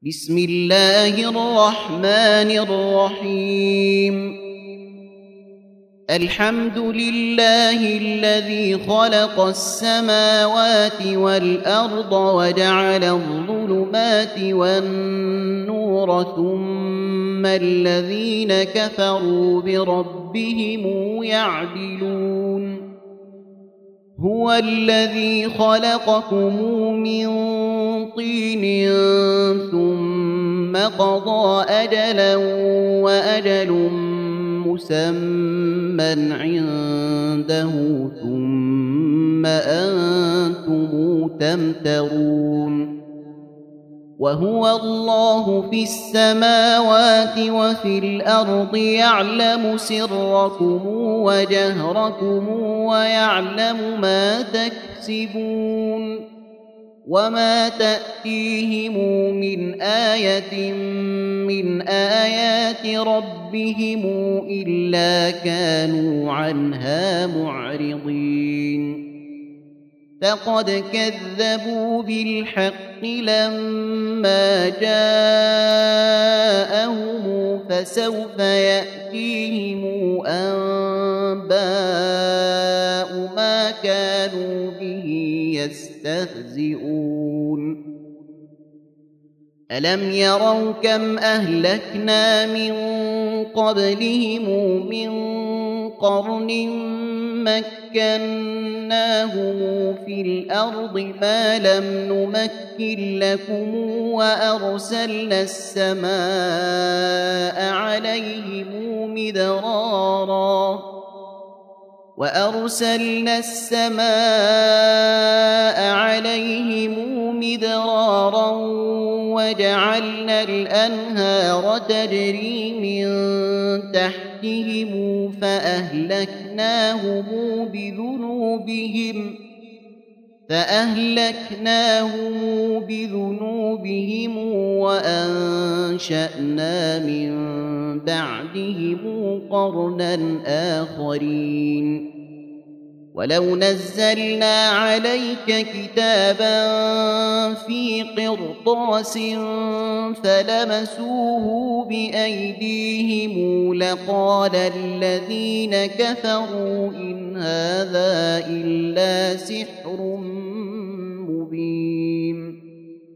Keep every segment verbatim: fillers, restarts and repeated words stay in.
بسم الله الرحمن الرحيم الحمد لله الذي خلق السماوات والأرض وجعل الظلمات والنور ثم الذين كفروا بربهم يعدلون هو الذي خلقكم من طين ثم قضى أجلا وأجل مسمى عنده ثم أنتم تمترون وهو الله في السماوات وفي الأرض يعلم سركم وجهركم ويعلم ما تكسبون وما تأتيهم من آية من آيات ربهم إلا كانوا عنها معرضين فقد كذبوا بالحق لما جاءهم فسوف يأتيهم أنباء ما كانوا به يستهزئون ألم يروا كم أهلكنا من قبلهم من قرن مكناهم في الأرض ما لم نمكن لكم وأرسلنا السماء عليهم مدرارا وأرسلنا السماء عليهم مدرارا وجعلنا الأنهار تجري من تحتهم فأهلكناهم بذنوبهم فأهلكناهم بذنوبهم وأنشأنا من بعدهم قرنا آخرين ولو نزلنا عليك كتابا في قرطاس فلمسوه بأيديهم لقال الذين كفروا إن هذا إلا سحر مبين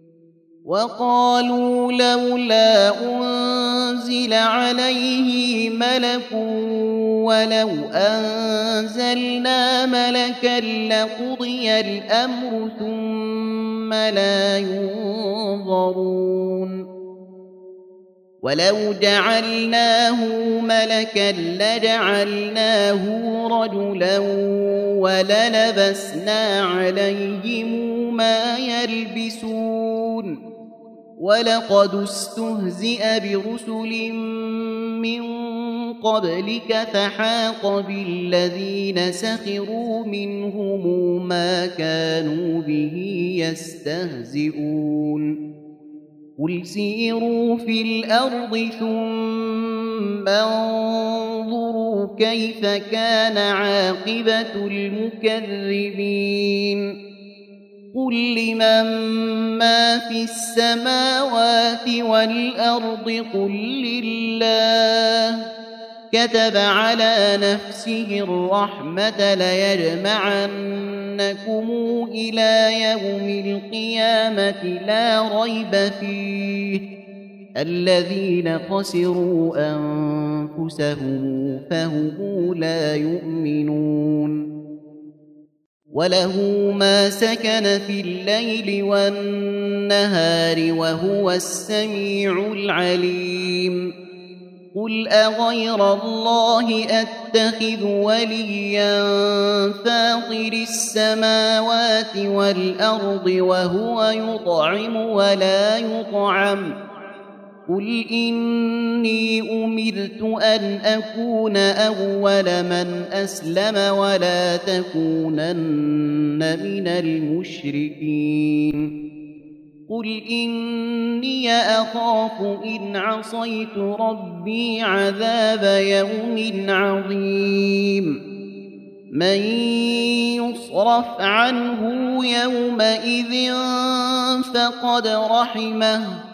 وقالوا لولا أنزل عليه ملك ولو أنزلنا ملكا لقضي الأمر ثم لا ينظرون ولو جعلناه ملكا لجعلناه رجلا وللبسنا عليهم ما يلبسون ولقد استهزئ برسل من قبلك فحاق بالذين سخروا منهم ما كانوا به يستهزئون قل سيروا في الأرض ثم انظروا كيف كان عاقبة المكذبين قل لمن ما في السماوات والأرض قل لله كتب على نفسه الرحمة ليجمعنكم إلى يوم القيامة لا ريب فيه الذين خسروا أنفسهم فهم لا يؤمنون وله ما سكن في الليل والنهار وهو السميع العليم قل أغير الله أتخذ وليا فاطر السماوات والأرض وهو يطعم ولا يطعم قل إني أمرت أن أكون أول من أسلم ولا تكونن من المشركين قل إني أخاف إن عصيت ربي عذاب يوم عظيم من يصرف عنه يومئذ فقد رحمه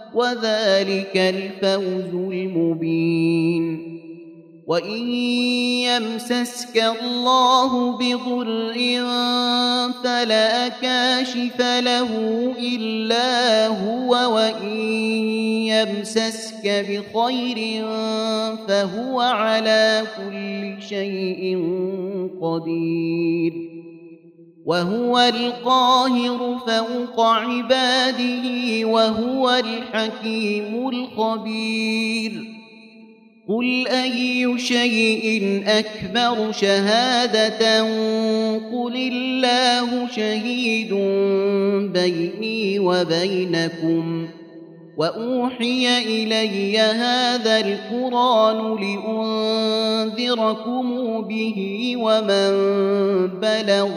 وذلك الفوز المبين. وإن يمسسك الله بضر فلا كاشف له إلا هو، وإن يمسسك بخير فهو على كل شيء قدير. وهو القاهر فوق عباده وهو الحكيم الخبير. قل أي شيء أكبر شهادة قل الله شهيد بيني وبينكم وأوحي إلي هذا القرآن لأنذركم به ومن بلغ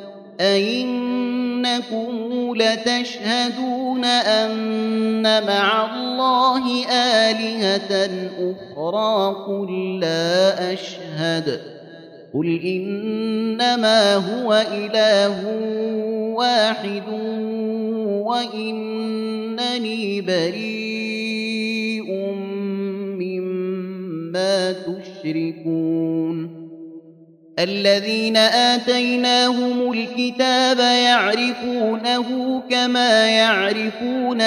أئنكم لتشهدون أن مع الله آلهة أخرى قل لا أشهد قل إنما هو إله واحد وإنني بريء مما تشركون. الذين آتيناهم الكتاب يعرفونه كما يعرفون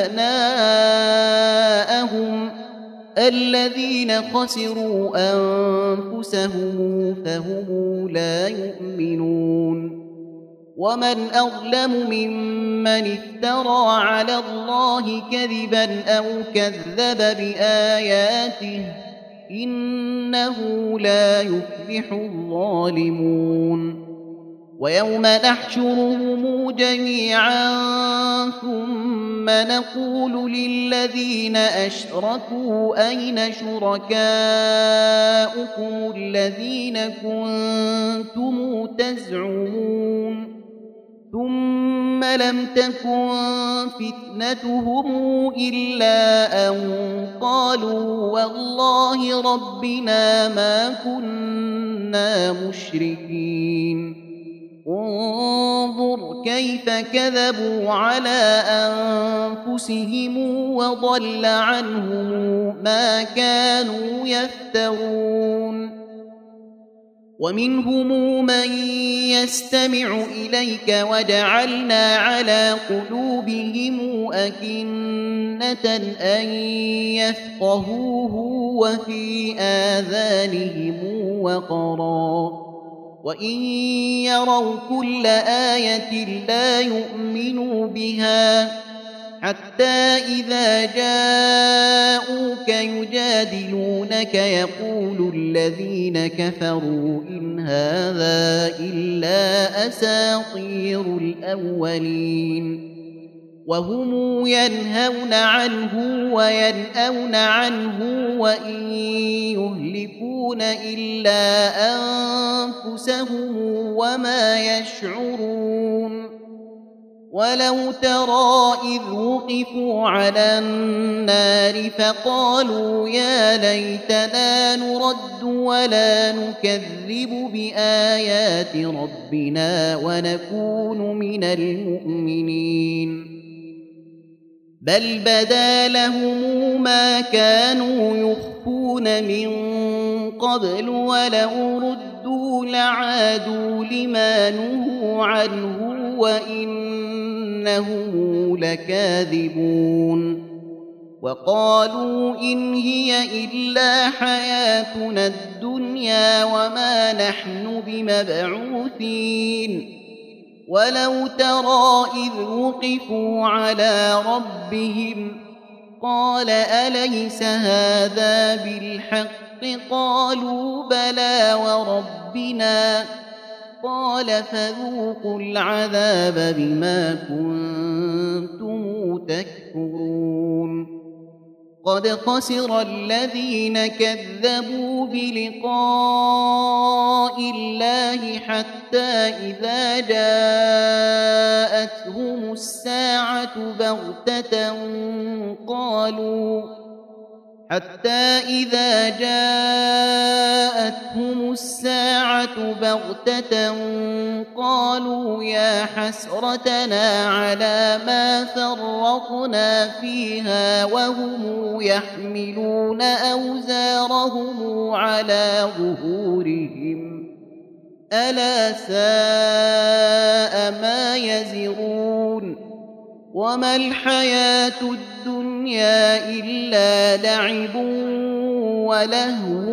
أبناءهم الذين خسروا أنفسهم فهم لا يؤمنون. ومن أظلم ممن افترى على الله كذبا أو كذب بآياته إنه لا يفلح الظالمون. ويوم نحشرهم جميعا ثم نقول للذين أشركوا أين شركاؤكم الذين كنتم تزعمون ثم لم تكن فتنتهم إلا أن قالوا والله ربنا ما كنا مشركين. انظر كيف كذبوا على أنفسهم وضل عنهم ما كانوا يفترون. ومنهم من يستمع إليك وجعلنا على قلوبهم أكنة أن يفقهوه وفي آذانهم وقرا وإن يروا كل آية لا يؤمنوا بها حتى إذا جاءوك يجادلونك يقول الذين كفروا إن هذا إلا أساطير الأولين وهم ينهون عنه وينأون عنه وإن يهلكون إلا أنفسهم وما يشعرون. ولو ترى إذ وقفوا على النار فقالوا يا ليتنا نرد ولا نكذب بآيات ربنا ونكون من المؤمنين بل بدا لهم ما كانوا يخفون من قبل ولو ردوا لعادوا لما نهوا عنه وإنهم لكاذبون. وقالوا إن هي إلا حياتنا الدنيا وما نحن بمبعوثين. ولو ترى إذ وقفوا على ربهم قال أليس هذا بالحق قالوا بلى وربنا قال فذوقوا العذاب بما كنتم تكفرون. قد خسر الذين كذبوا بلقاء الله حتى إذا جاءتهم الساعة بغتة قالوا حتى إذا جاءتهم الساعة بغتة قالوا يا حسرتنا على ما فرطنا فيها وهم يحملون أوزارهم على ظهورهم ألا ساء ما يزرون وما الحياة الدنيا إلا لعب ولهو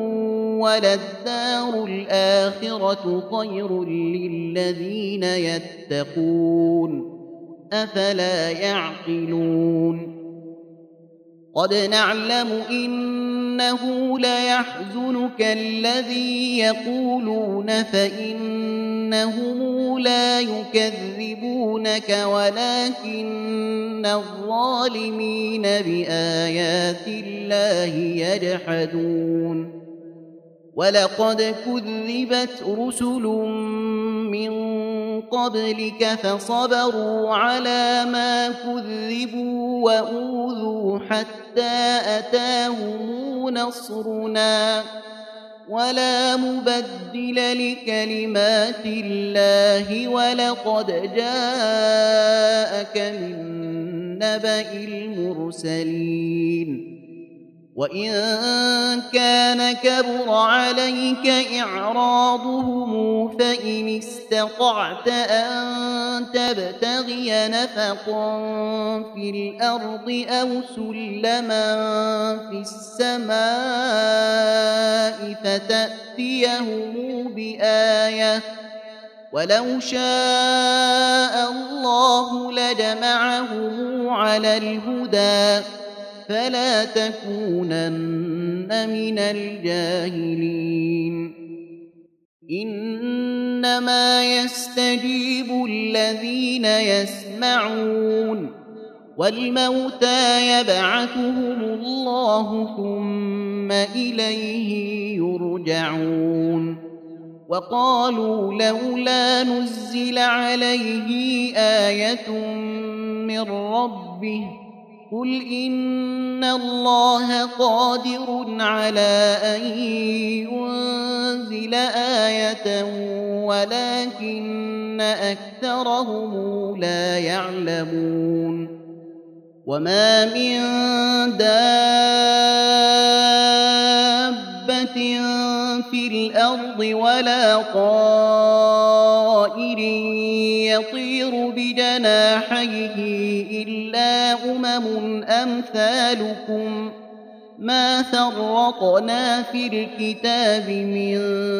وللدار الآخرة خير للذين يتقون أفلا يعقلون قد نعلم إنه ليحزنك الذي يقولون فإنهم لا يكذبونك ولكن الظالمين بآيات الله يجحدون ولقد كذبت رسل من قبلك فصبروا على ما كذبوا وأوذوا حتى أتاهم نصرنا ولا مبدل لكلمات الله ولقد جاءك من نبأ المرسلين وإن كان كبر عليك إعراضهم فإن استطعت أن تبتغي نفقا في الأرض أو سلما في السماء فتأتيهم بآية ولو شاء الله لجمعهم على الهدى فلا تكونن من الجاهلين إنما يستجيب الذين يسمعون والموتى يبعثهم الله ثم إليه يرجعون وقالوا لولا نزل عليه آية من ربه قل إن الله قادر على أن ينزل آية ولكن أكثرهم لا يعلمون وما من دابة في الأرض ولا طائر يطير بجناحيه إلا أمم أمثالكم ما فرطنا في الكتاب من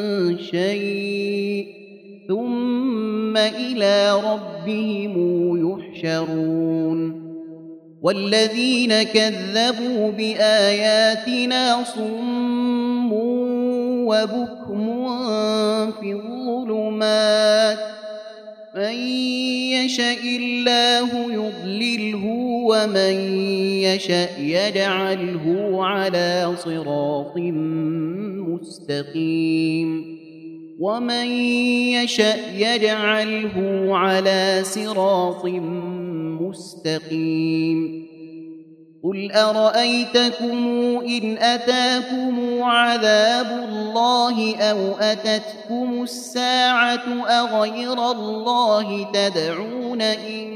شيء ثم إلى ربهم يحشرون والذين كذبوا بآياتنا صم وبكم في الظلمات من يشاء الله يضلله ومن يشاء يجعله على صراط مستقيم ومن يشاء يجعله على صراط مستقيم قل أرأيتكم إن أتاكم عذاب الله أو أتتكم الساعة أغير الله تدعون إن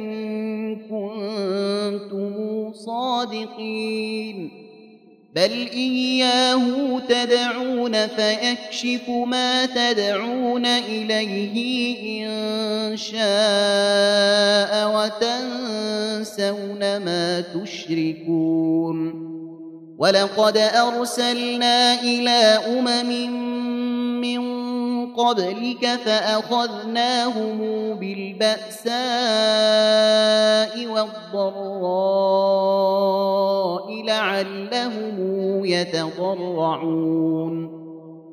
كنتم صادقين بل إياه تدعون فيكشف ما تدعون إليه إن شاء وتنسون ما تشركون ولقد أرسلنا إلى أمم من قبلك فأخذناهم بالبأساء والضراء لعلهم يتضرعون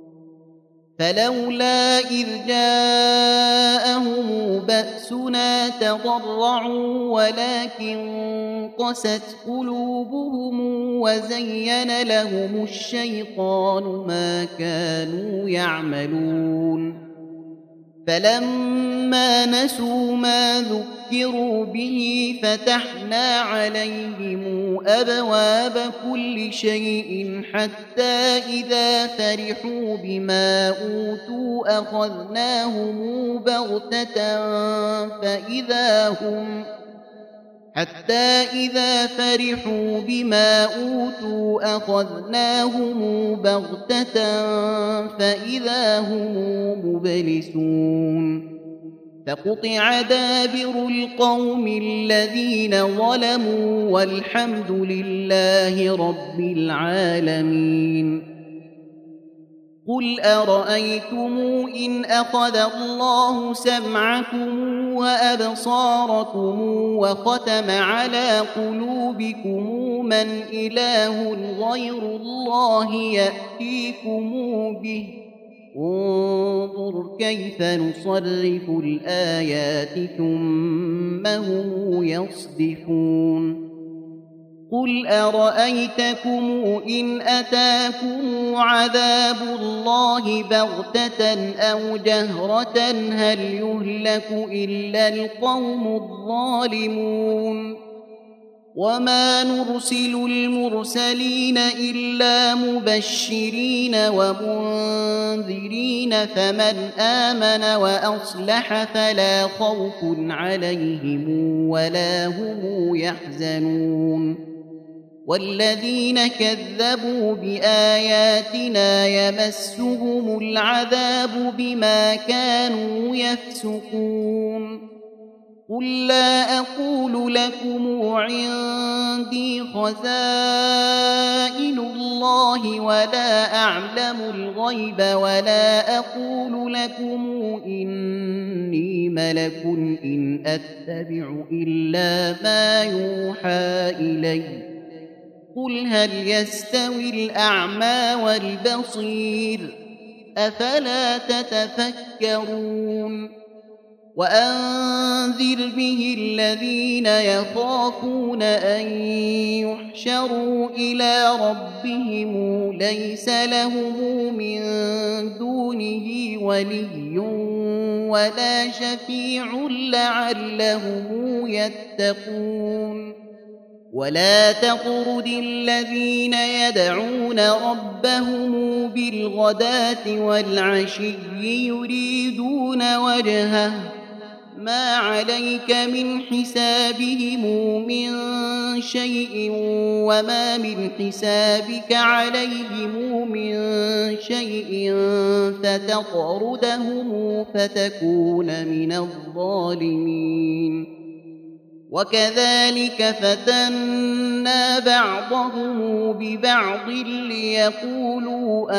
فلولا إذ جاءهم بأسنا تضرعوا ولكن قست قلوبهم وزين لهم الشيطان ما كانوا يعملون فلما نسوا ما ذكروا به فتحنا عليهم أبواب كل شيء حتى إذا فرحوا بما أوتوا أخذناهم بغتة فإذا هم حتى إذا فرحوا بما أوتوا أخذناهم بغتة فإذا هم مبلسون فقطع دابر القوم الذين ظلموا والحمد لله رب العالمين. قل أرأيتم إن أخذ الله سمعكم وأبصاركم وختم على قلوبكم من إله غير الله يأتيكم به انظر كيف نصرف الآيات ثم هم يصدفون. قل أرأيتكم إن أتاكم عذاب الله بغتة أو جهرة هل يهلك إلا القوم الظالمون. وما نرسل المرسلين إلا مبشرين ومنذرين فمن آمن وأصلح فلا خوف عليهم ولا هم يحزنون. والذين كذبوا بآياتنا يمسهم العذاب بما كانوا يفسقون. قل لا أقول لكم عندي خزائن الله ولا أعلم الغيب ولا أقول لكم إني ملك إن أتبع إلا ما يوحى إلي. قل هل يستوي الأعمى والبصير أفلا تتفكرون. وأنذر به الذين يخافون أن يحشروا إلى ربهم ليس لهم من دونه ولي ولا شفيع لعلهم يتقون. ولا تطرد الذين يدعون ربهم بالغداة والعشي يريدون وجهه ما عليك من حسابهم من شيء وما من حسابك عليهم من شيء فتطردهم فتكون من الظالمين. وكذلك فتنا بعضهم ببعض ليقولوا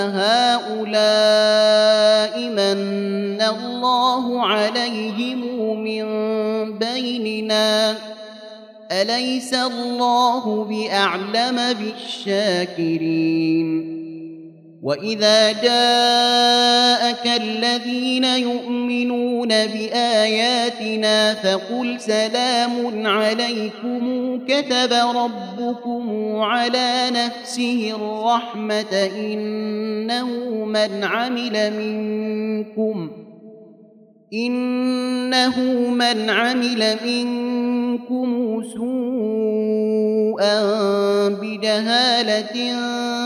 أهؤلاء من الله عليهم من بيننا أليس الله بأعلم بالشاكرين. وإذا جاءك الذين يؤمنون بآياتنا فقل سلام عليكم كتب ربكم على نفسه الرحمة إنه من عمل منكم إنه من عمل منكم سوءا بجهالة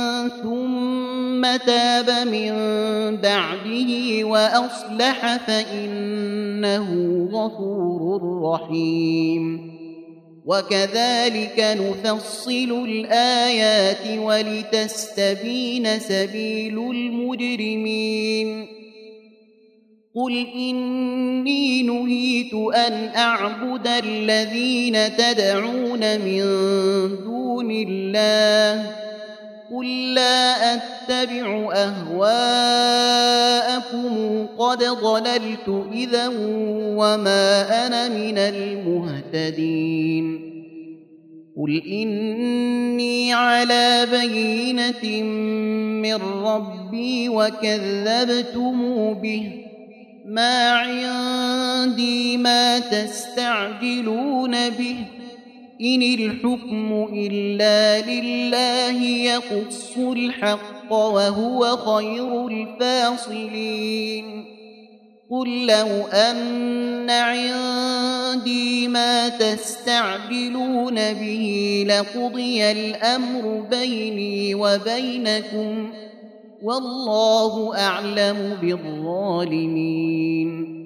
ثم تاب من بعده وأصلح فإنه غفور رحيم. وكذلك نفصل الآيات ولتستبين سبيل المجرمين. قل إني نهيت أن أعبد الذين تدعون من دون الله قل لا أتبع أهواءكم قد ضللت إذا وما أنا من المهتدين. قل إني على بينة من ربي وكذبتم به ما عندي ما تستعجلون به إن الحكم إلا لله يقص الحق وهو خير الفاصلين. قل لو أن عندي ما تستعجلون به لقضي الأمر بيني وبينكم والله أعلم بالظالمين.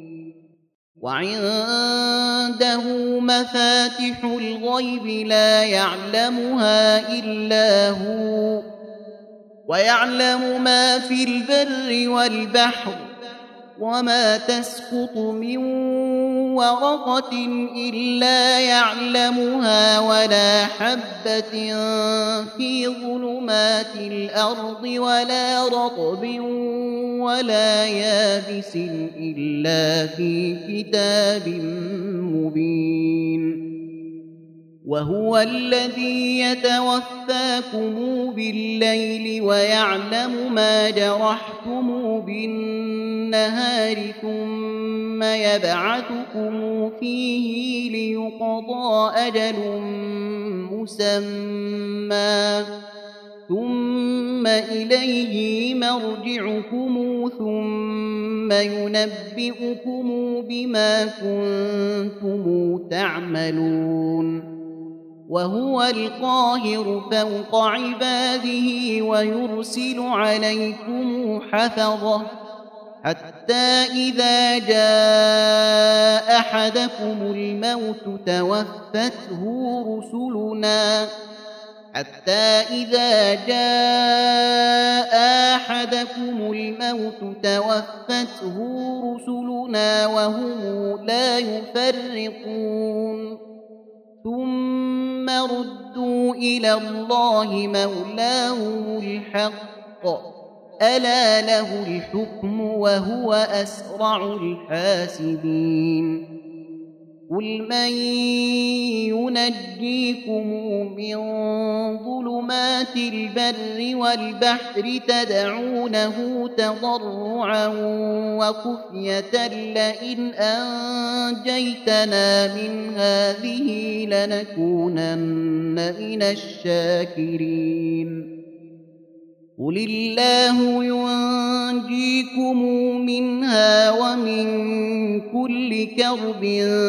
وعنده مفاتح الغيب لا يعلمها إلا هو ويعلم ما في البر والبحر وما تسقط من ورقة إلا يعلمها ولا حبة في ظلمات الأرض ولا رطب ولا يابس إلا في كتاب مبين. وهو الذي يتوفاكم بالليل ويعلم ما جرحتم بالنهار ثم يبعثكم فيه ليقضى أجل مسمى ثم إليه مرجعكم ثم ينبئكم بما كنتم تعملون. وهو القاهر فوق عباده ويرسل عليكم حفظة حتى إذا جاء أحدكم الموت توفته رسلنا حتى إذا جاء أحدكم الموت توفته رسلنا وهم لا يفرقون ثم ردوا إلى الله مولاهم الحق ألا له الحكم وهو أسرع الحاسبين. قل من ينجيكم من ظلمات البر والبحر تدعونه تضرعا وخفية لئن أنجيتنا من هذه لنكونن من الشاكرين. قل الله ينجيكم منها ومن كل كرب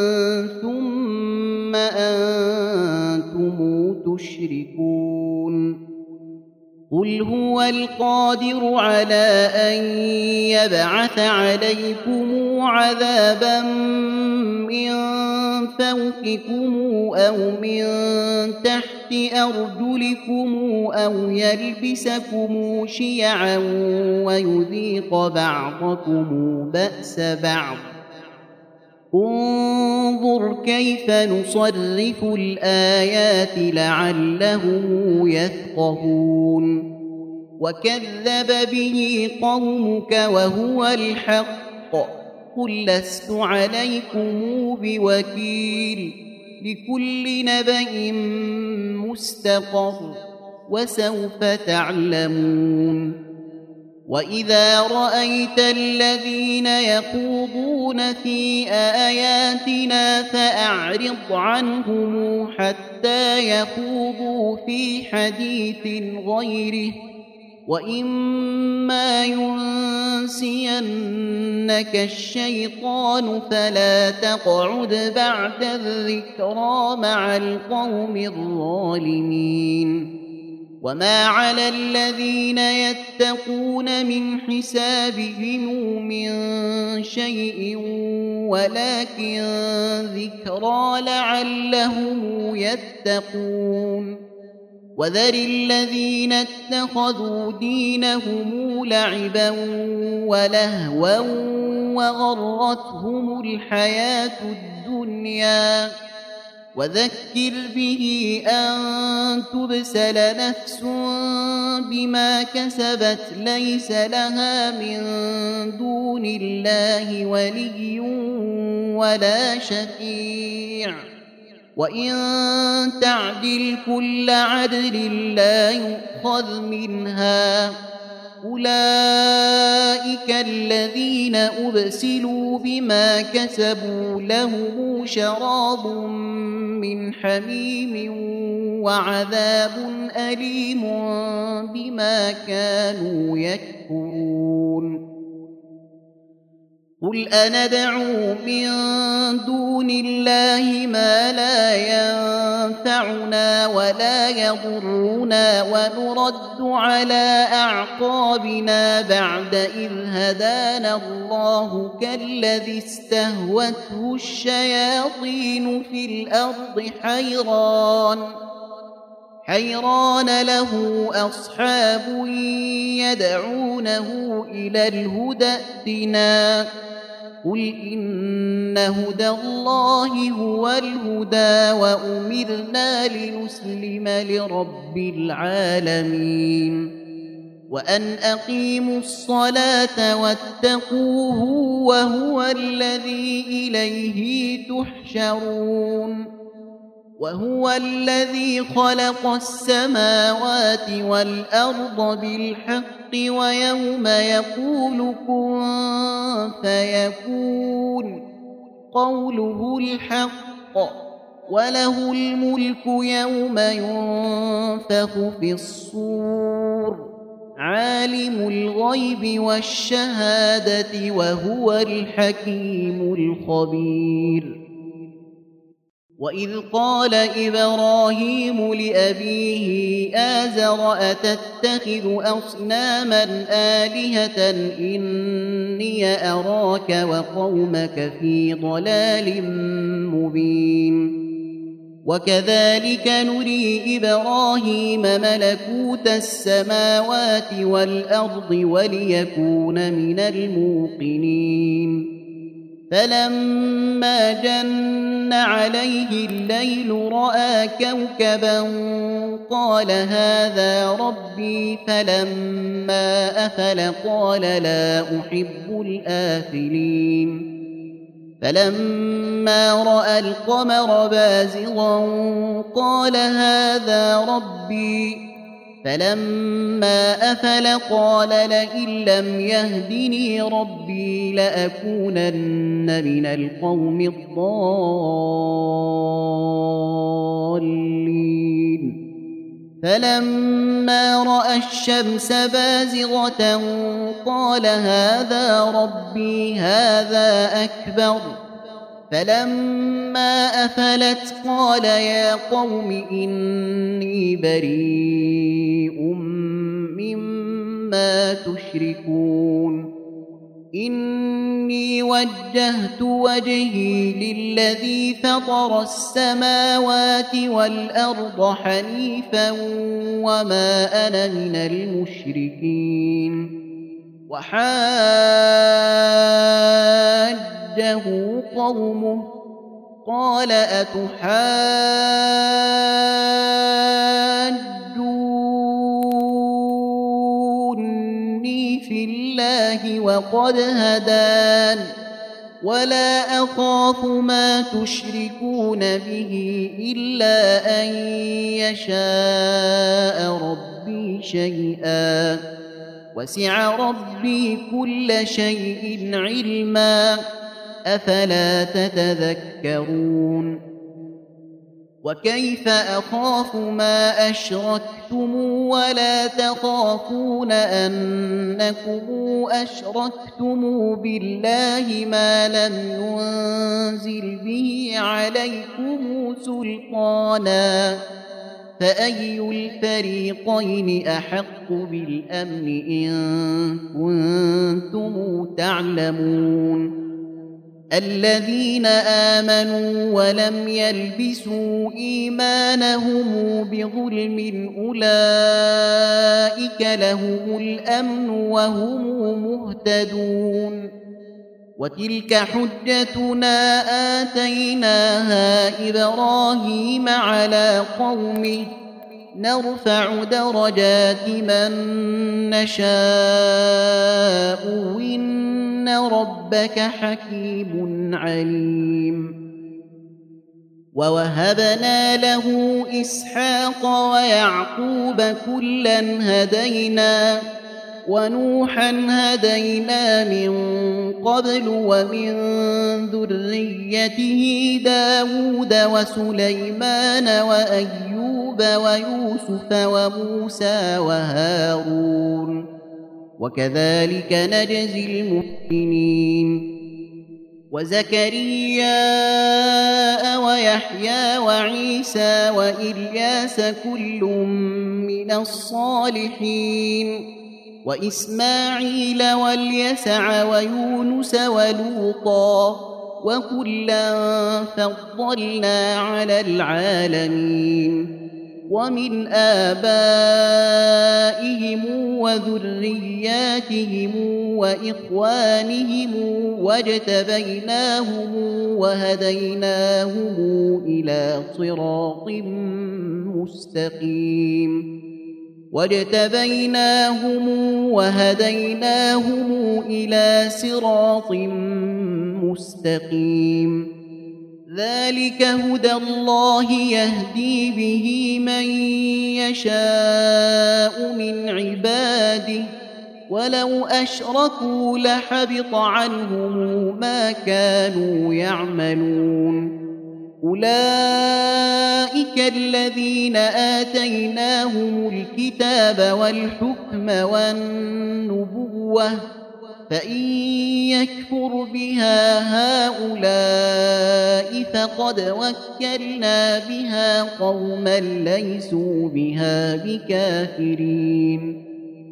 ثم أنتم تشركون. قل هو القادر على أن يبعث عليكم عذابا من فوقكم أو من تحت أرجلكم أو يلبسكم شيعا ويذيق بعضكم بأس بعض. انظر كيف نصرف الآيات لعلهم يفقهون. وكذب به قومك وهو الحق قل لست عليكم بوكيل لكل نبأ مستقر وسوف تعلمون. وإذا رأيت الذين يخوضون في آياتنا فأعرض عنهم حتى يخوضوا في حديث غيره وإما ينسينك الشيطان فلا تقعد بعد الذكرى مع القوم الظالمين. وما على الذين يتقون من حسابهم من شيء ولكن ذكرى لعلهم يتقون. وذر الذين اتخذوا دينهم لعبا ولهوا وغرتهم الحياة الدنيا وذكر به أن تبسل نفس بما كسبت ليس لها من دون الله ولي ولا شفيع وإن تعدل كل عدل لا يؤخذ منها. أولئك الذين أبسلوا بما كسبوا لهم شراب من حميم وعذاب أليم بما كانوا يكفرون. قل أندعو من دون الله ما لا ينفعنا ولا يضرنا ونرد على أعقابنا بعد إذ هدانا الله كالذي استهوته الشياطين في الأرض حيران حيران له أصحاب يدعونه إلى الهدى ائتنا قل إن هدى الله هو الهدى وأمرنا لنسلم لرب العالمين وأن أقيموا الصلاة واتقوه وهو الذي إليه تحشرون وهو الذي خلق السماوات والأرض بالحق ويوم يقول كن فيكون قوله الحق وله الملك يوم ينفخ في الصور عالم الغيب والشهادة وهو الحكيم الخبير وإذ قال إبراهيم لأبيه آزر أتتخذ أصناما آلهة إني أراك وقومك في ضلال مبين وكذلك نري إبراهيم ملكوت السماوات والأرض وليكون من الموقنين فلما جن عليه الليل رأى كوكبا قال هذا ربي فلما أفل قال لا أحب الآفلين فلما رأى القمر بازغا قال هذا ربي فلما أفل قال لئن لم يهدني ربي لأكونن من القوم الضالين فلما رأى الشمس بازغة قال هذا ربي هذا أكبر فلما أفلت قال يا قوم إني بريء مما تشركون إني وجهت وجهي للذي فطر السماوات والأرض حنيفا وما أنا من المشركين وحاجه قومه قال أتحاجوني في الله وقد هدان ولا أخاف ما تشركون به إلا أن يشاء ربي شيئا وسع ربي كل شيء علما أفلا تتذكرون وكيف أخاف ما أشركتم ولا تخافون أنكم أشركتم بالله ما لم ينزل به عليكم سلطانا فأي الفريقين أحق بالأمن إن كنتم تعلمون الذين آمنوا ولم يلبسوا إيمانهم بظلم أولئك لهم الأمن وهم مهتدون وتلك حجتنا آتيناها إبراهيم على قومه نرفع درجات من نشاء إن ربك حكيم عليم ووهبنا له إسحاق ويعقوب كلا هدينا ونوحا هدينا من قبل ومن ذريته داود وسليمان وأيوب ويوسف وموسى وهارون وكذلك نجزي المحسنين وزكريا ويحيى وعيسى وإلياس كل من الصالحين وإسماعيل واليسع ويونس ولوطا وكلا فضلنا على العالمين ومن آبائهم وذرياتهم وإخوانهم واجتبيناهم وهديناهم إلى صراط مستقيم واجتبيناهم وهديناهم إلى صراط مستقيم ذلك هدى الله يهدي به من يشاء من عباده ولو أشركوا لحبط عنهم ما كانوا يعملون أولئك الذين آتيناهم الكتاب والحكم والنبوة فإن يكفر بها هؤلاء فقد وكلنا بها قوما ليسوا بها بكافرين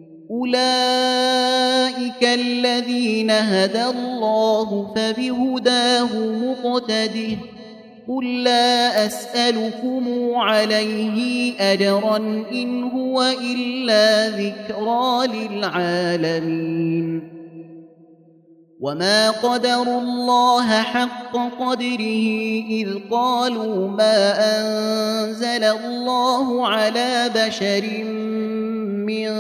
أولئك الذين هدى الله فبهداه مقتده قل لا أسألكم عليه أجرا إن هو إلا ذكرى للعالمين وما قدروا الله حق قدره إذ قالوا ما أنزل الله على بشر من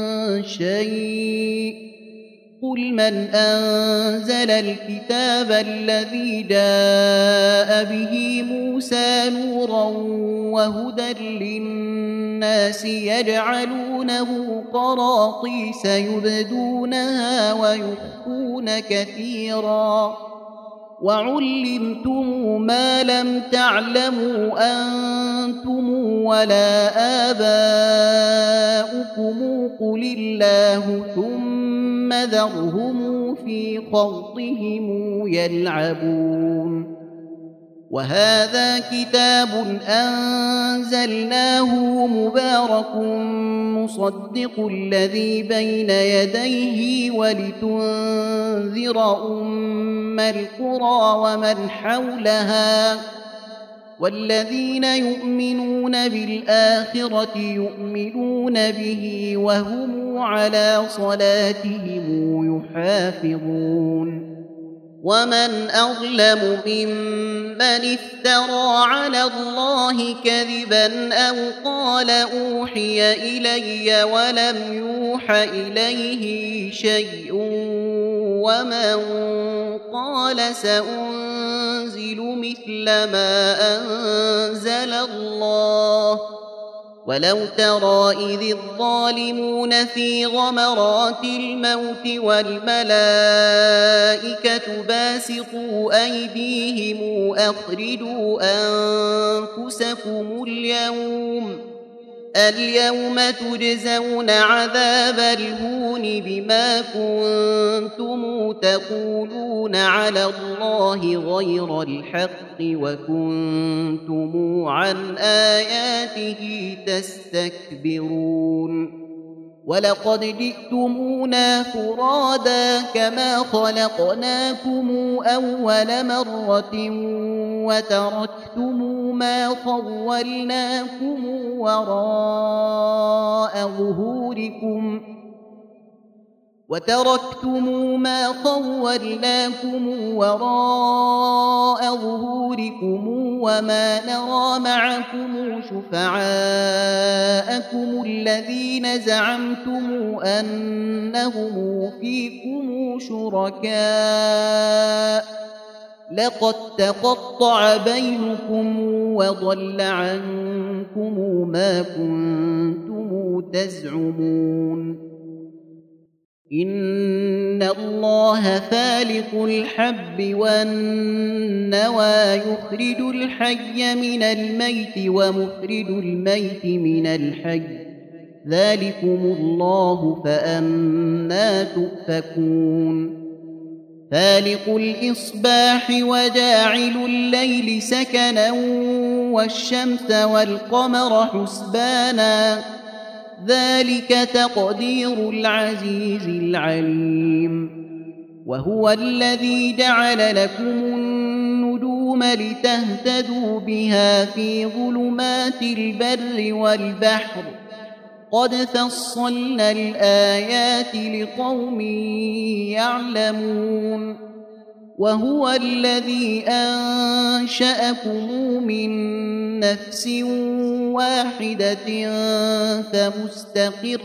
شيء قل من أنزل الكتاب الذي جاء به موسى نورا وهدى للناس يجعلونه قراطيس يبدونها ويخفون كثيرا وعلمتم ما لم تعلموا أنتم ولا آباؤكم قل الله ثم ذرهم في خوضهم يلعبون وهذا كتاب أنزلناه مبارك مصدق الذي بين يديه ولتنذر أم القرى ومن حولها والذين يؤمنون بالآخرة يؤمنون به وهم على صلاتهم يحافظون ومن أظلم ممن افترى على الله كذبا أو قال أوحي إلي ولم يوح إليه شيء ومن قال سأنزل مثل ما أنزل الله ولو ترى إذ الظالمون في غمرات الموت والملائكة باسطوا أيديهم أخرجوا أنفسكم اليوم اليوم تجزون عذاب الهون بما كنتم تقولون على الله غير الحق وكنتم عن آياته تستكبرون ولقد جئتمونا فرادا كما خلقناكم أول مرة وتركتم ما خولناكم وراء ظهوركم وتركتم ما خولناكم وراء ظهوركم وما نرى معكم شفعاءكم الذين زعمتم أنهم فيكم شركاء لقد تقطع بينكم وضل عنكم ما كنتم تزعمون إن الله فالق الحب والنوى يخرج الحي من الميت ومخرج الميت من الحي ذلكم الله فأنى تؤفكون فالق الإصباح وجاعل الليل سكنا والشمس والقمر حسبانا ذلك تقدير العزيز العليم وهو الذي جعل لكم النجوم لتهتدوا بها في ظلمات البر والبحر قد فصلنا الآيات لقوم يعلمون وهو الذي أنشأكم من نفس واحدة فمستقر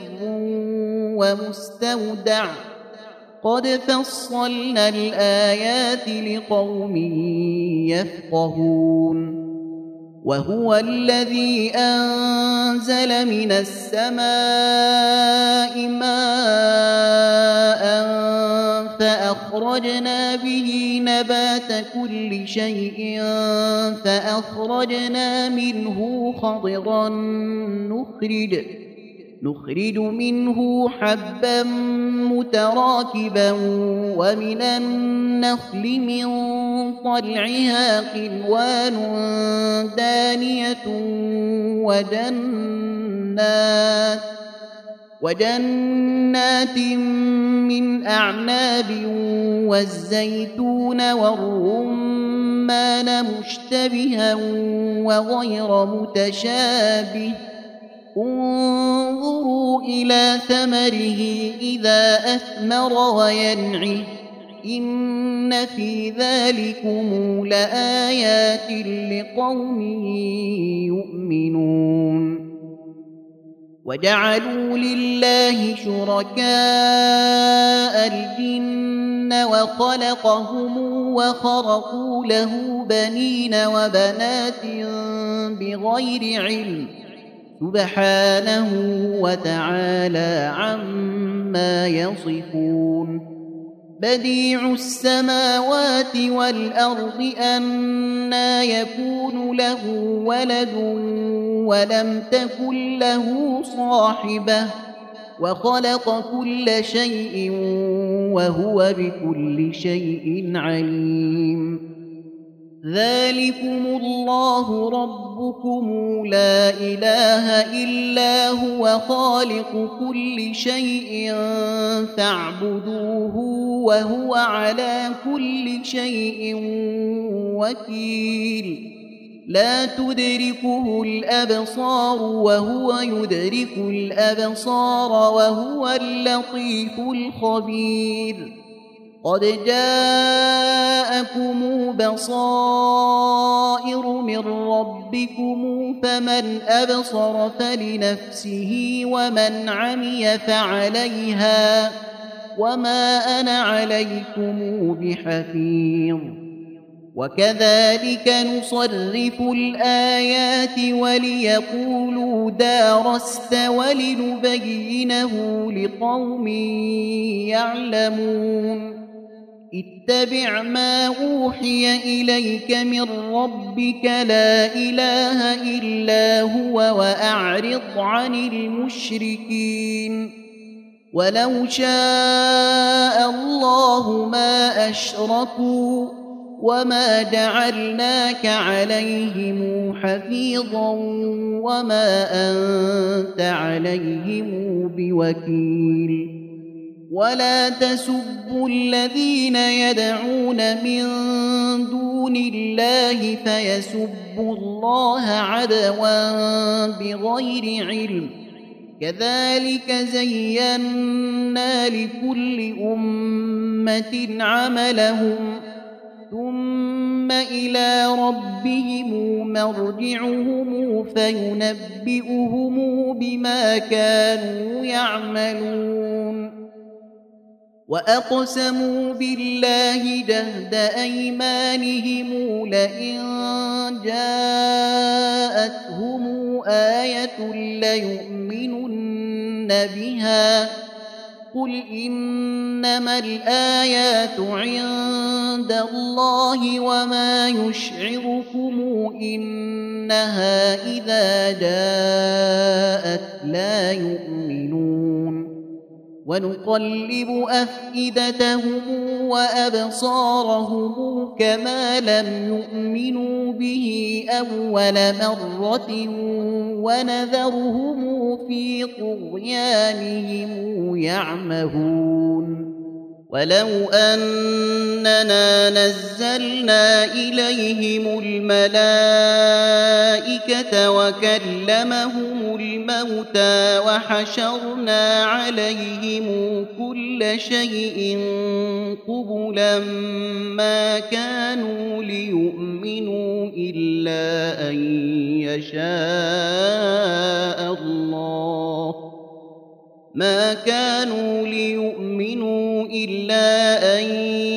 ومستودع قد فصلنا الآيات لقوم يفقهون وهو الذي أنزل من السماء ماء فأخرجنا به نبات كل شيء فأخرجنا منه خضرا نخرج نخرج منه حبا متراكبا ومن النخل من طلعها قنوان دانية وجنات وجنات من أعناب والزيتون والرمان مشتبها وغير متشابه انظروا إلى ثمره إذا أثمر وينعه إن في ذلكم لآيات لقوم يؤمنون وجعلوا لله شركاء الجن وخلقهم وخرقوا له بنين وبنات بغير علم سبحانه وتعالى عما يصفون بديع السماوات والأرض أنى يكون له ولد ولم تكن له صاحبة وخلق كل شيء وهو بكل شيء عليم ذلكم الله ربكم لا إله إلا هو خالق كل شيء فاعبدوه وهو على كل شيء وكيل لا تدركه الأبصار وهو يدرك الأبصار وهو اللطيف الخبير قد جاءكم بصائر من ربكم فمن أبصر فلنفسه ومن عمي فعليها وما أنا عليكم بحفيظ وكذلك نصرف الآيات وليقولوا دارست ولنبينه لقوم يعلمون اتبع ما أوحي إليك من ربك لا إله إلا هو وأعرض عن المشركين ولو شاء الله ما أشركوا وما جعلناك عليهم حفيظا وما أنت عليهم بوكيل ولا تسبوا الذين يدعون من دون الله فيسبوا الله عدوا بغير علم كذلك زينا لكل أمة عملهم ثم إلى ربهم مرجعهم فينبئهم بما كانوا يعملون وأقسموا بالله جهد أيمانهم لئن جاءتهم آية ليؤمنن بها قل إنما الآيات عند الله وما يشعركم إنها إذا جاءت لا يؤمنون ونقلب أفئدتهم وأبصارهم كما لم يؤمنوا به أول مرة ونذرهم في طغيانهم يعمهون ولو أننا نزلنا إليهم الملائكة وكلمهم الموتى وحشرنا عليهم كل شيء قبلا ما كانوا ليؤمنوا إلا أن يشاء الله ما كانوا ليؤمنوا إلا أن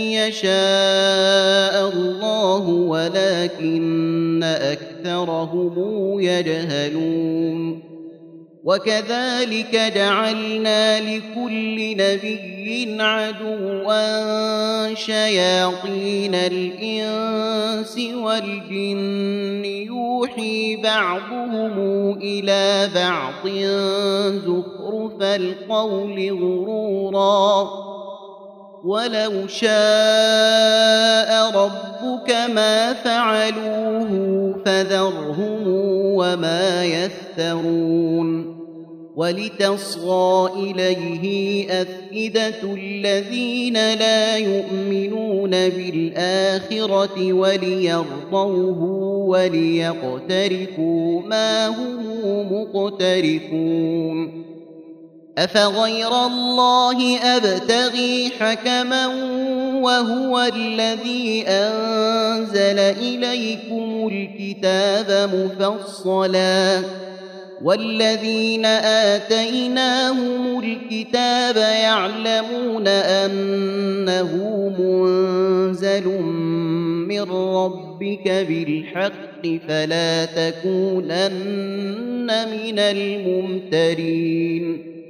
يشاء الله ولكن أكثرهم يجهلون وكذلك جعلنا لكل نبي عدوا شياطين الإنس والجن يوحي بعضهم إلى بعض زخرف القول غرورا ولو شاء ربك ما فعلوه فذرهم وما يفترون ولتصغى إليه أفئدة الذين لا يؤمنون بالآخرة وليرضوه وليقترفوا ما هم مقترفون أفغير الله أبتغي حكما وهو الذي أنزل إليكم الكتاب مفصلا والذين آتيناهم الكتاب يعلمون أنه منزل من ربك بالحق فلا تكونن من الممترين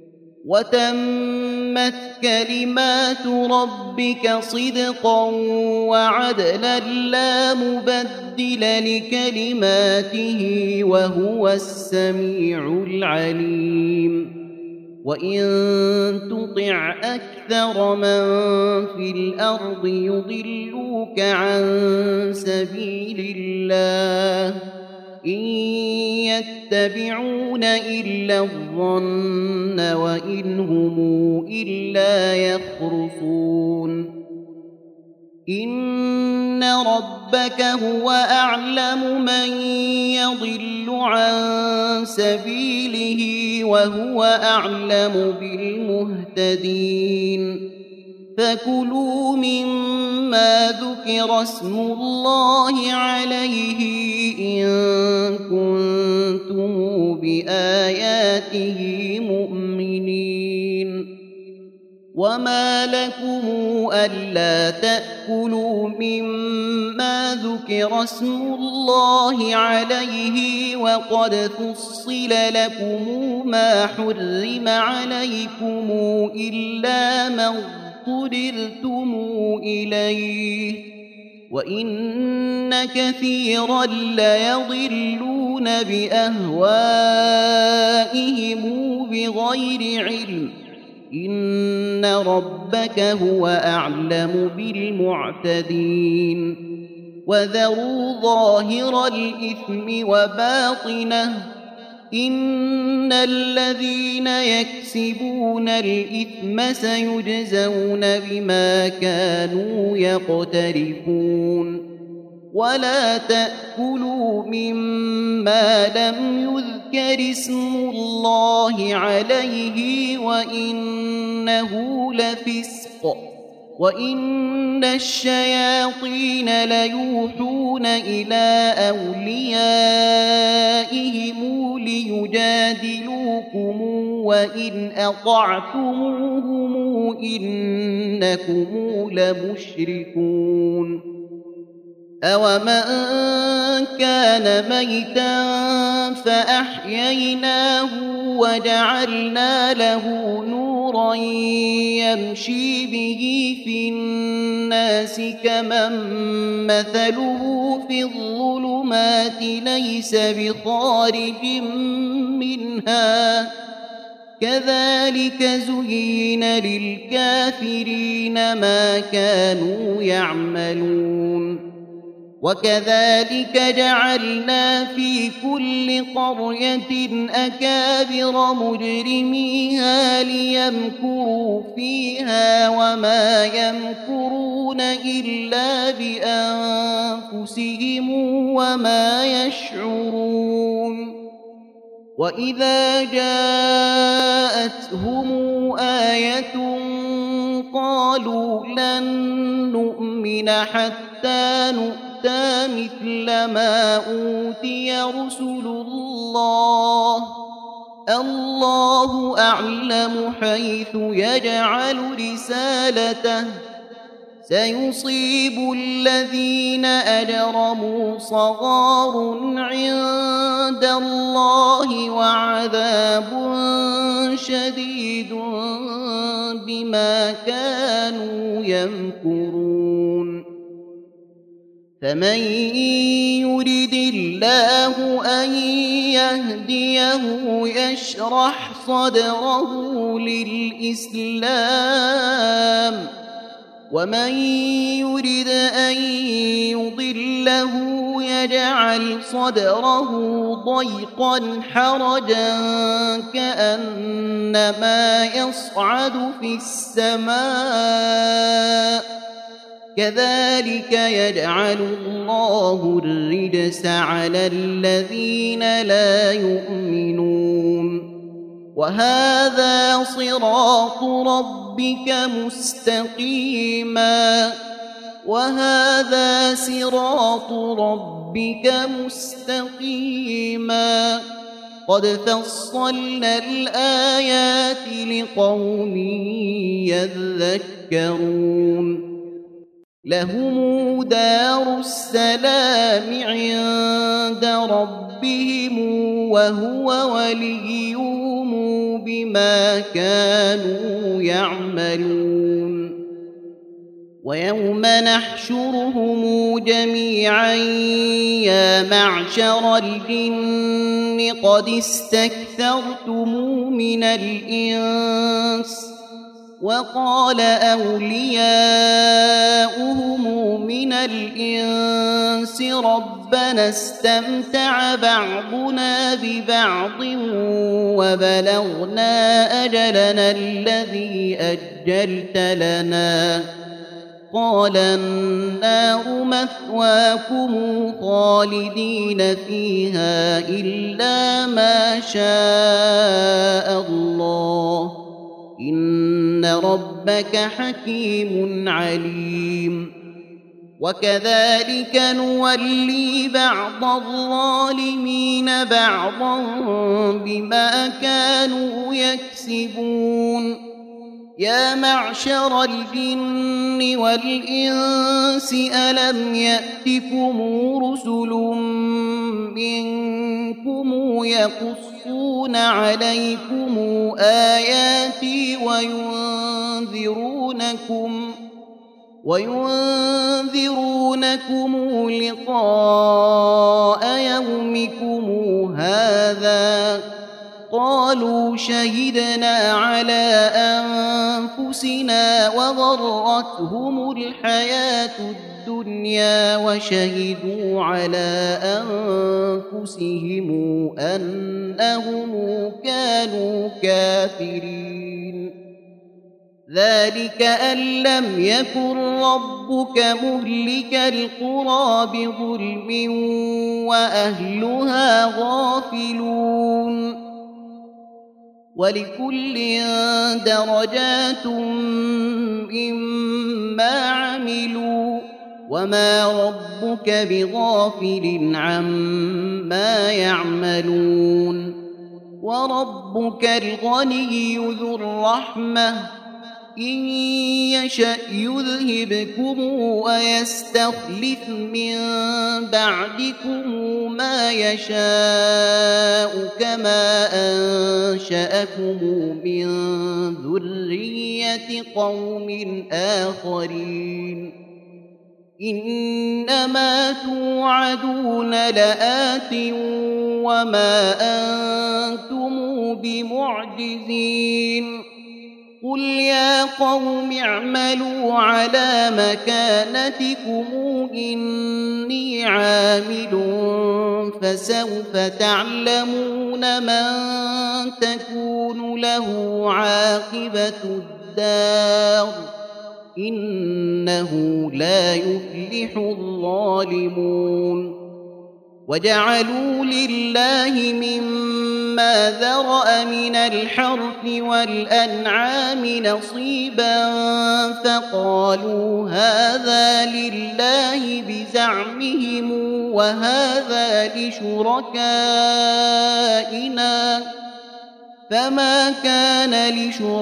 وتمت كلمات ربك صدقا وعدلا لا مبدل لكلماته وهو السميع العليم وإن تطع أكثر من في الأرض يضلوك عن سبيل الله إن يتبعون إلا الظن وإن هم إلا يخرصون إن ربك هو أعلم من يضل عن سبيله وهو أعلم بالمهتدين فكلوا مما ذكر اسم الله عليه إن كنتم بآياته مؤمنين وما لكم ألا تأكلوا مما ذكر اسم الله عليه وقد فصل لكم ما حرم عليكم إلا ما اضطررتم إليه وإن كثيرا ليضلون بأهوائهم بغير علم إن ربك هو أعلم بالمعتدين وذروا ظاهر الإثم وباطنه إن الذين يكسبون الإثم سيجزون بما كانوا يقترفون ولا تأكلوا مما لم يذكر اسم الله عليه وإنه لفسق وإن الشياطين ليوحون إلى أوليائهم ليجادلوكم وإن أطعتموهم إنكم لمشركون أومن كان ميتا فأحييناه وجعلنا له نورا يمشي به في الناس كمن مثله في الظلمات ليس بخارج منها كذلك زين للكافرين ما كانوا يعملون وكذلك جعلنا في كل قرية أكابر مجرميها ليمكروا فيها وما يمكرون إلا بأنفسهم وما يشعرون وإذا جاءتهم آية قالوا لن نؤمن حتى نؤمن مثل ما أوتي رسل الله الله أعلم حيث يجعل رسالته سيصيب الذين أجرموا صغار عند الله وعذاب شديد بما كانوا يمكرون فمن يرد الله أن يهديه يشرح صدره للإسلام ومن يرد أن يضله يجعل صدره ضيقا حرجا كأنما يصعد في السماء كذلك يجعل الله الرجس على الذين لا يؤمنون وهذا صراط ربك مستقيما وهذا صراط ربك مستقيما قد فصلنا الآيات لقوم يذكرون لهم دار السلام عند ربهم وهو وليهم بما كانوا يعملون ويوم نحشرهم جميعا يا معشر الجن قد استكثرتم من الإنس وقال أولياؤهم من الإنس ربنا استمتع بعضنا ببعض وبلغنا أجلنا الذي أجلت لنا قال النار مثواكم خالدين فيها إلا ما شاء الله إن ربك حكيم عليم وكذلك نولي بعض الظالمين بعضا بما كانوا يكسبون يا معشر الجن والإنس ألم يأتكم رسل منكم يقصون عليكم آياتي وينذرونكم وينذرونكم لقاء يومكم هذا قالوا شهدنا على أنفسنا وغرتهم الحياة الدنيا وشهدوا على أنفسهم أنهم كانوا كافرين ذلك أن لم يكن ربك مهلك القرى بظلم وأهلها غافلون ولكل درجات مما عملوا وما ربك بغافل عما يعملون وربك الغني ذو الرحمة إن يشأ يذهبكم ويستخلف من بعدكم ما يشاء كما أنشأكم من ذرية قوم آخرين إنما توعدون لآت وما أنتم بمعجزين قل يا قوم اعملوا على مكانتكم إني عامل فسوف تعلمون من تكون له عاقبة الدار إنه لا يفلح الظالمون وجعلوا لله مما ذرأ من الحرث والأنعام نصيبا فقالوا هذا لله بزعمهم وهذا لشركائنا فما كان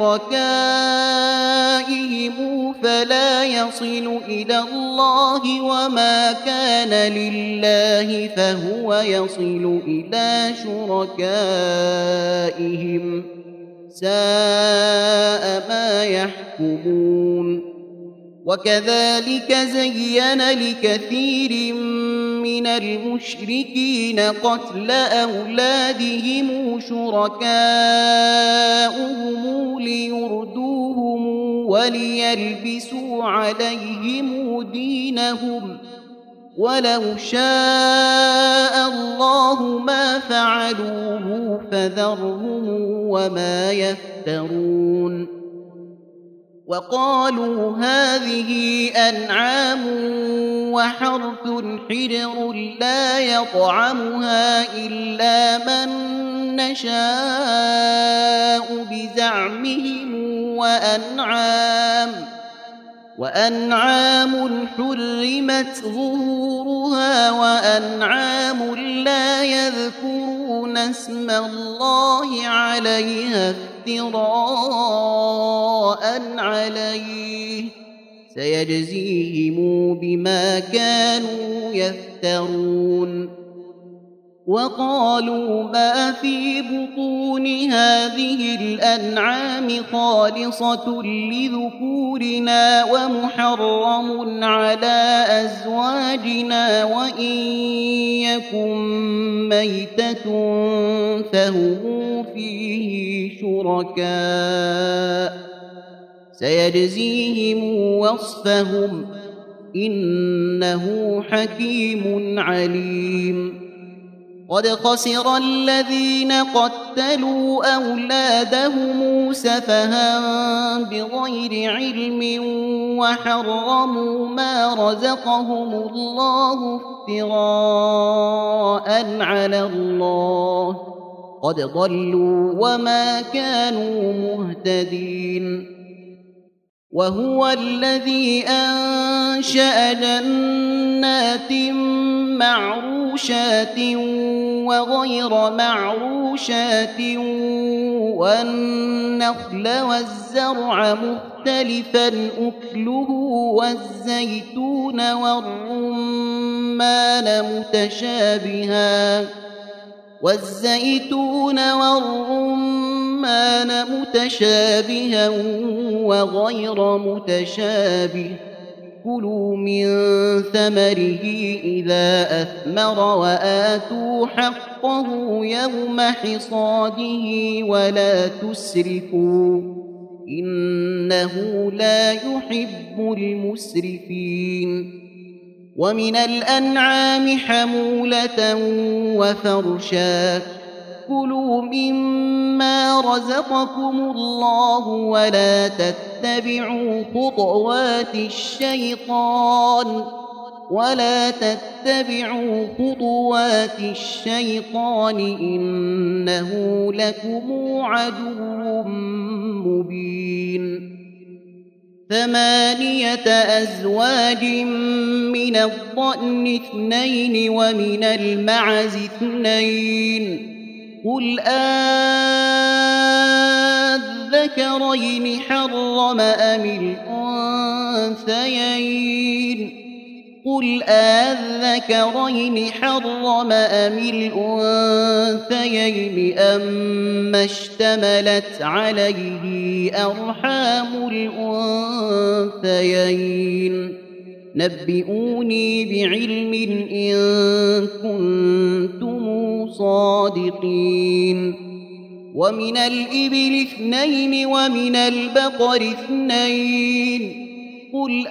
لشركائهم فلا يصل إلى الله وما كان لله فهو يصل إلى شركائهم ساء ما يحكمون وكذلك زين لكثير من المشركين قتل أولادهم شركاؤهم ليردوهم وليلبسوا عليهم دينهم ولو شاء الله ما فعلوه فذرهم وما يفترون وقالوا هذه أنعام وحرث حجر لا يطعمها إلا من نشاء بزعمهم وأنعام وأنعام حرمت ظهورها وأنعام لا يذكرون اسم الله عليها افتراء عليه سيجزيهم بما كانوا يفترون وقالوا ما في بطون هذه الأنعام خالصة لذكورنا ومحرم على أزواجنا وإن يكن ميتة فهم فيه شركاء سيجزيهم وصفهم إنه حكيم عليم قد خسر الذين قتلوا أولادهم سفها بغير علم وحرموا ما رزقهم الله افتراء على الله قد ضلوا وما كانوا مهتدين وهو الذي أنشأ جنات معروشات وغير معروشات والنخل والزرع مختلفا أكله والزيتون والرمان متشابها والزيتون والرمان متشابها وغير متشابه كلوا من ثمره إذا أثمر وآتوا حقه يوم حصاده ولا تسرفوا إنه لا يحب المسرفين ومن الأنعام حمولة وفرشا كلوا مما رزقكم الله ولا تتبعوا خطوات الشيطان ولا تتبعوا خطوات الشيطان إنه لكم عدو مبين ثمانية أزواج من الضأن اثنين ومن المعز اثنين قل أذكرين حرم أم الأنثيين قل أذكرين حرم أم الأنثيين أما اشتملت عليه أرحام الأنثيين نبئوني بعلم إن كنتم صادقين ومن الإبل اثنين ومن البقر اثنين قل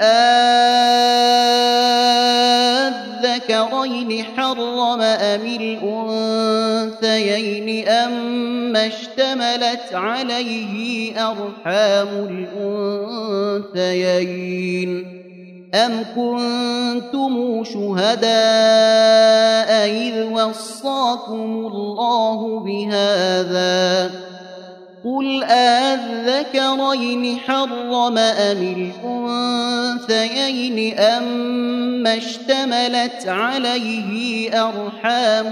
أذكرين حرم أم الأنثيين أما اشتملت عليه أرحام الأنثيين أم كنتم شهداء إذ وصاكم الله بهذا قل أذكرين حرم أم الأنثيين أما اشتملت عليه أرحام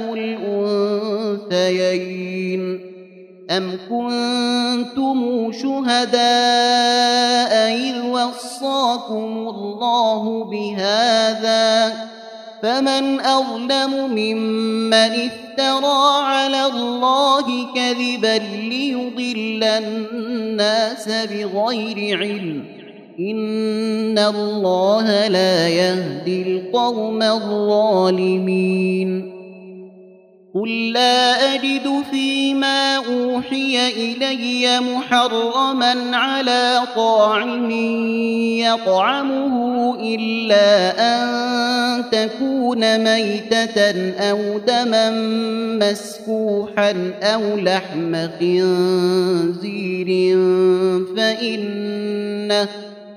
الأنثيين أم كنتم شهداء إذ وصاكم الله بهذا فمن أظلم ممن افترى على الله كذبا ليضل الناس بغير علم إن الله لا يهدي القوم الظالمين قل لا أجد فيما أوحي إلي محرما على طاعم يطعمه إلا أن تكون ميتة أو دما مسفوحا أو لحم خنزير فإنه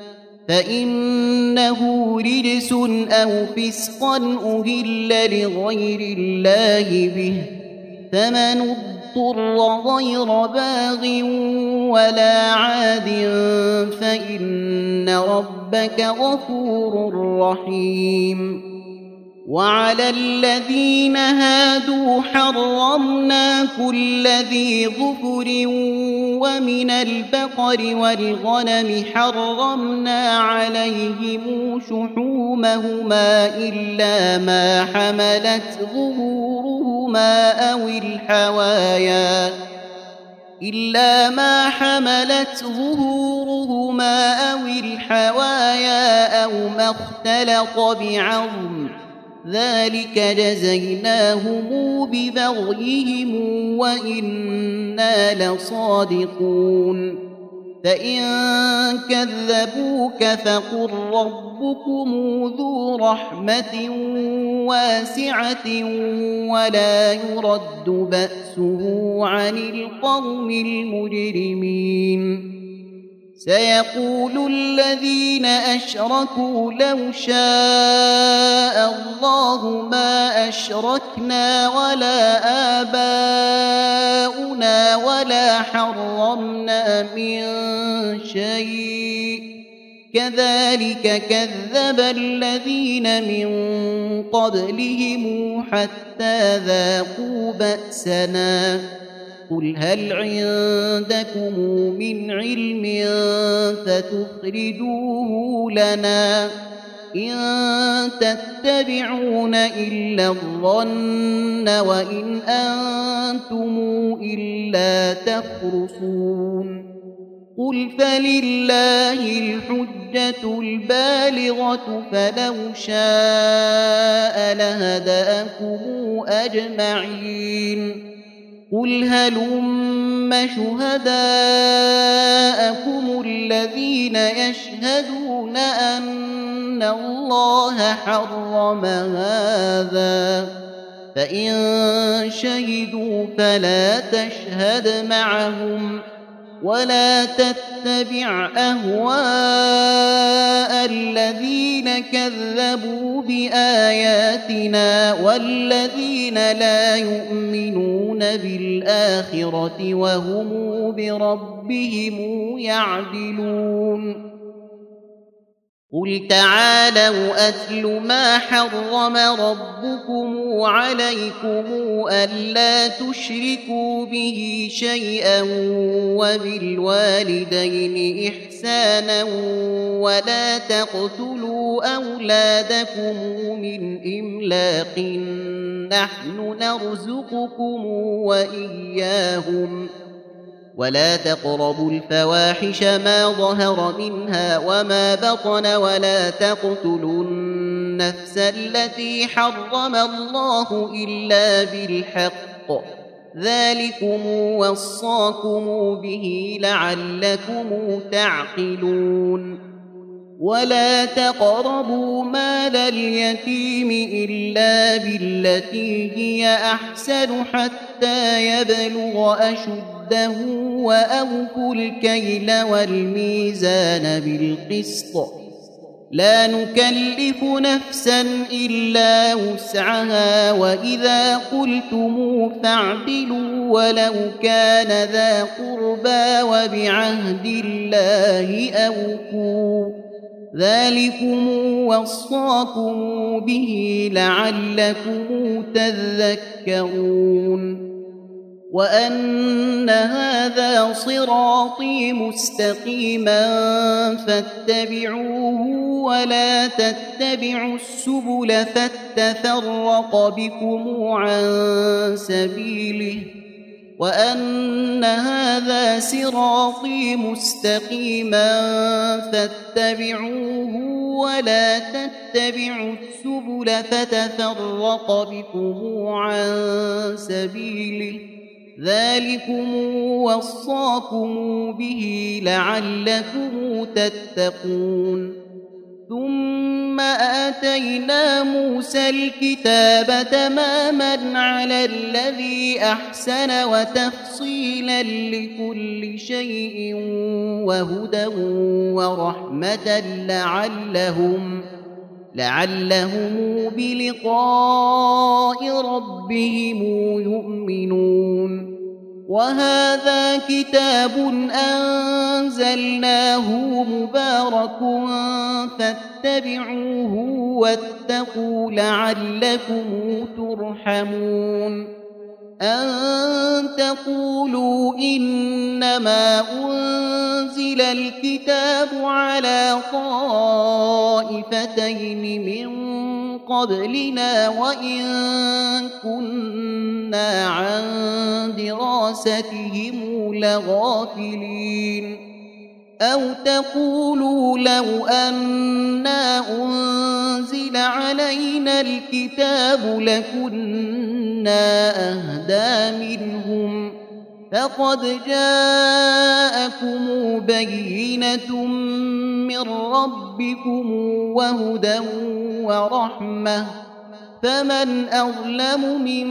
فإنه رجس أو فسقا أهل لغير الله به فمن اضطر غير باغ ولا عاد فإن ربك غفور رحيم وعلى الذين هادوا حرمنا كل ذي ظفر ومن البقر والغنم حرمنا عليهم شحومهما إلا ما حملت ظهورهما أو الحوايا إلا ما حملت ظهورهما أو الحوايا أو ما اختلط بعظم ذلك جزيناهم ببغيهم وإنا لصادقون فإن كذبوك فقل ربكم ذو رحمة واسعة ولا يرد بأسه عن القوم المجرمين سيقول الذين أشركوا لو شاء الله ما أشركنا ولا آباؤنا ولا حرمنا من شيء كذلك كذب الذين من قبلهم حتى ذاقوا بأسنا قل هل عندكم من علم فتخرجوه لنا إن تتبعون إلا الظن وإن أنتم إلا تخرصون قل فلله الحجة البالغة فلو شاء لهداكم أجمعين قل هلم شهداءكم الذين يشهدون أن الله حرم هذا فإن شهدوا فلا تشهد معهم ولا تتبع أهواء الذين كذبوا بآياتنا والذين لا يؤمنون بالآخرة وهم بربهم يعدلون قل تعالوا أتل ما حرم ربكم عليكم ألا تشركوا به شيئا وبالوالدين إحسانا ولا تقتلوا أولادكم من إملاق نحن نرزقكم وإياهم ولا تقربوا الفواحش ما ظهر منها وما بطن ولا تقتلوا النفس التي حرم الله إلا بالحق ذلكم وصاكم به لعلكم تعقلون ولا تقربوا مال اليتيم إلا بالتي هي أحسن حتى يبلغ أشده وأوفوا الكيل والميزان بالقسط لا نكلف نفسا إلا وسعها وإذا قلتم فاعدلوا ولو كان ذا قربى وبعهد الله أوفوا ذلكم وصاكم به لعلكم تذكرون وأن هذا صراطي مستقيما فاتبعوه ولا تتبعوا السبل فتفرق بكم عن سبيله وأن هذا صراطي مستقيما فاتبعوه ولا تتبعوا السبل فتفرق بكم عن سبيله ذلكم وصاكم به لعلكم تتقون ثم آتينا موسى الكتاب تماما على الذي أحسن وتفصيلا لكل شيء وهدى ورحمة لعلهم لعلهم بلقاء ربهم يؤمنون وهذا كتاب أنزلناه مبارك فاتبعوه واتقوا لعلكم ترحمون أن تقولوا إنما أنزل الكتاب على طائفتين من قبلنا وإن كنا عن دراستهم لغافلين أو تقولوا لو أنا أنزل علينا الكتاب لكنا أهدى منهم فقد جاءكم بينة من ربكم وهدى ورحمة فمن أظلم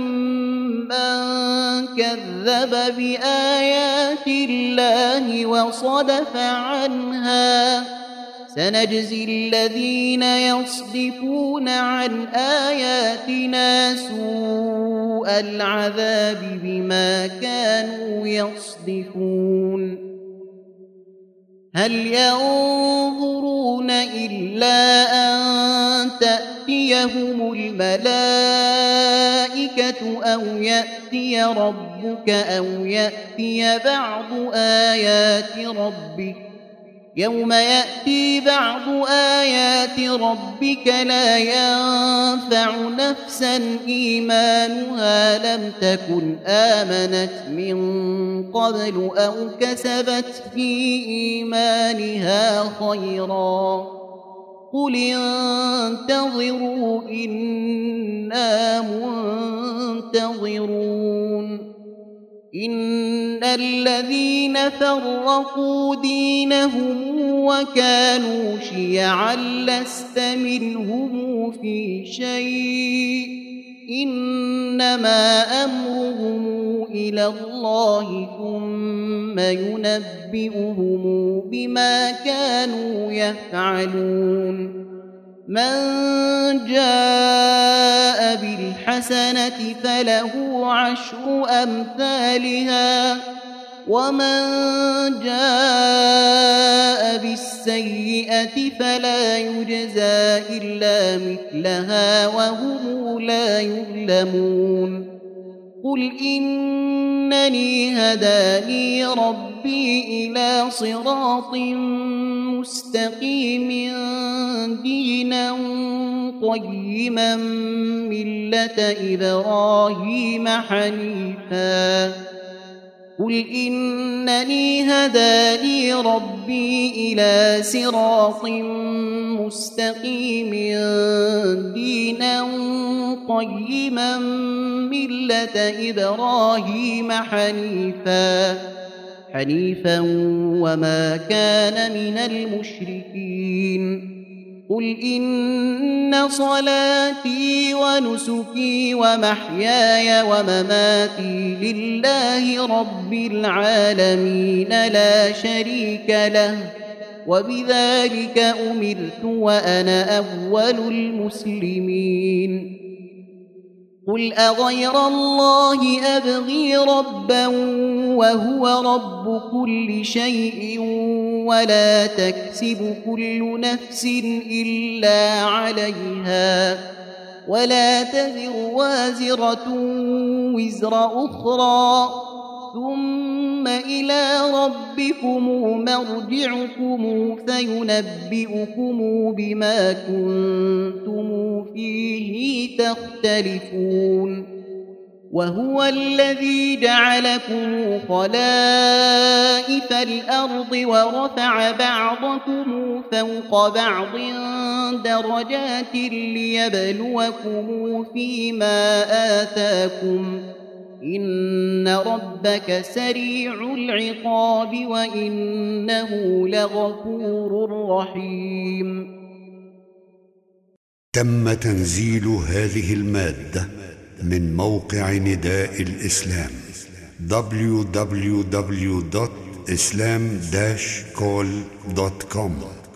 ممن كذب بآيات الله وصدف عنها سنجزي الذين يصدفون عن آياتنا سوء العذاب بما كانوا يصدفون هل ينظرون إلا أن تأتيهم الملائكة أو يأتي ربك أو يأتي بعض آيات ربك يوم يأتي بعض آيات ربك لا ينفع نفسا إيمانها لم تكن آمنت من قبل أو كسبت في إيمانها خيرا قل انتظروا إنا منتظرون إن الذين فرقوا دينهم وكانوا شيعا لست منهم في شيء إنما أمرهم إلى الله ثم ينبئهم بما كانوا يفعلون من جاء بالحسنة فله عشر أمثالها ومن جاء بالسيئة فلا يجزى إلا مثلها وهم لا يظلمون قل إنني هداني ربي إلى صراط مستقيم دينا قيما ملة إبراهيم حنيفا قل إنني هداني ربي إلى صراط مستقيم دينا قيما ملة إبراهيم حنيفا حنيفا وما كان من المشركين قل إن صلاتي ونسكي ومحياي ومماتي لله رب العالمين لا شريك له وبذلك أمرت وأنا أول المسلمين قل أغير الله أبغي ربا وهو رب كل شيء ولا تكسب كل نفس إلا عليها ولا تزر وازرة وزر أخرى ثم إلى ربكم مرجعكم فينبئكم بما كنتم فيه تختلفون وهو الذي جعلكم خلائف الأرض ورفع بعضكم فوق بعض درجات ليبلوكم فيما آتاكم إن ربك سريع العقاب وإنه لغفور رحيم. تم تنزيل هذه المادة من موقع نداء الإسلام دبليو دبليو دبليو دوت إسلام داش كول دوت كوم.